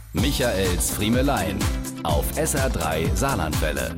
Michaels Friemelein auf SR3 Saarlandwelle.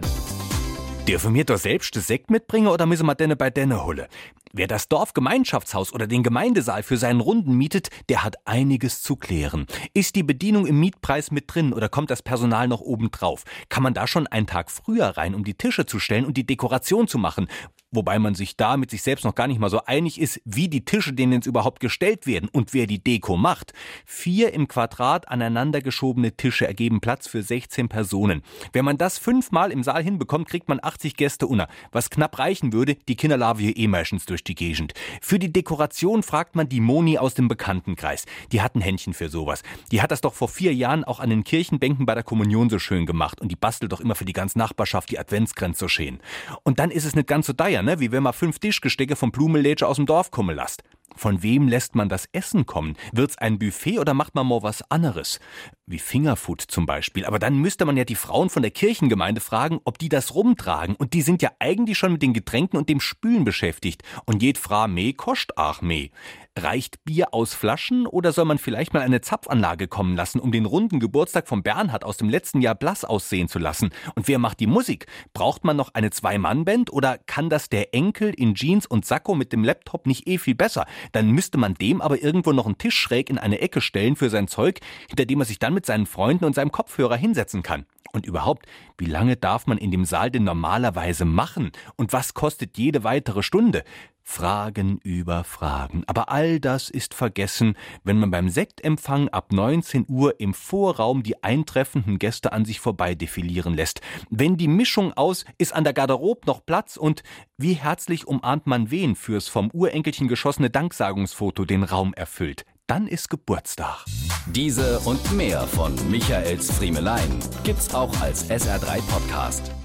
Dürfen wir doch selbst den Sekt mitbringen oder müssen wir denne bei denne holen? Wer das Dorfgemeinschaftshaus oder den Gemeindesaal für seinen Runden mietet, der hat einiges zu klären. Ist die Bedienung im Mietpreis mit drin oder kommt das Personal noch oben drauf? Kann man da schon einen Tag früher rein, um die Tische zu stellen und die Dekoration zu machen? Wobei man sich da mit sich selbst noch gar nicht mal so einig ist, wie die Tische denen jetzt überhaupt gestellt werden und wer die Deko macht. 4 im Quadrat aneinander geschobene Tische ergeben Platz für 16 Personen. Wenn man das 5-mal im Saal hinbekommt, kriegt man 80 Gäste unter. Was knapp reichen würde, die Kinder laufen hier meistens durch die Gegend. Für die Dekoration fragt man die Moni aus dem Bekanntenkreis. Die hat ein Händchen für sowas. Die hat das doch vor 4 Jahren auch an den Kirchenbänken bei der Kommunion so schön gemacht und die bastelt doch immer für die ganze Nachbarschaft die Adventskränze so schön. Und dann ist es nicht ganz so teuer, ne? Wie wenn man 5 Tischgestecke vom Blumenlädscher aus dem Dorf kommen lässt. Von wem lässt man das Essen kommen? Wird's ein Buffet oder macht man mal was anderes? Wie Fingerfood zum Beispiel. Aber dann müsste man ja die Frauen von der Kirchengemeinde fragen, ob die das rumtragen. Und die sind ja eigentlich schon mit den Getränken und dem Spülen beschäftigt. Und jed Fra meh kostet auch meh. Reicht Bier aus Flaschen oder soll man vielleicht mal eine Zapfanlage kommen lassen, um den runden Geburtstag von Bernhard aus dem letzten Jahr blass aussehen zu lassen? Und wer macht die Musik? Braucht man noch eine 2-Mann-Band oder kann das der Enkel in Jeans und Sakko mit dem Laptop nicht viel besser? Dann müsste man dem aber irgendwo noch einen Tisch schräg in eine Ecke stellen für sein Zeug, hinter dem er sich dann mit seinen Freunden und seinem Kopfhörer hinsetzen kann. Und überhaupt, wie lange darf man in dem Saal denn normalerweise machen? Und was kostet jede weitere Stunde? Fragen über Fragen. Aber all das ist vergessen, wenn man beim Sektempfang ab 19 Uhr im Vorraum die eintreffenden Gäste an sich vorbei defilieren lässt. Wenn die Mischung aus, ist an der Garderobe noch Platz und wie herzlich umarmt man wen fürs vom Urenkelchen geschossene Danksagungsfoto den Raum erfüllt. Dann ist Geburtstag. Diese und mehr von Michaels Friemelein gibt's auch als SR3 Podcast.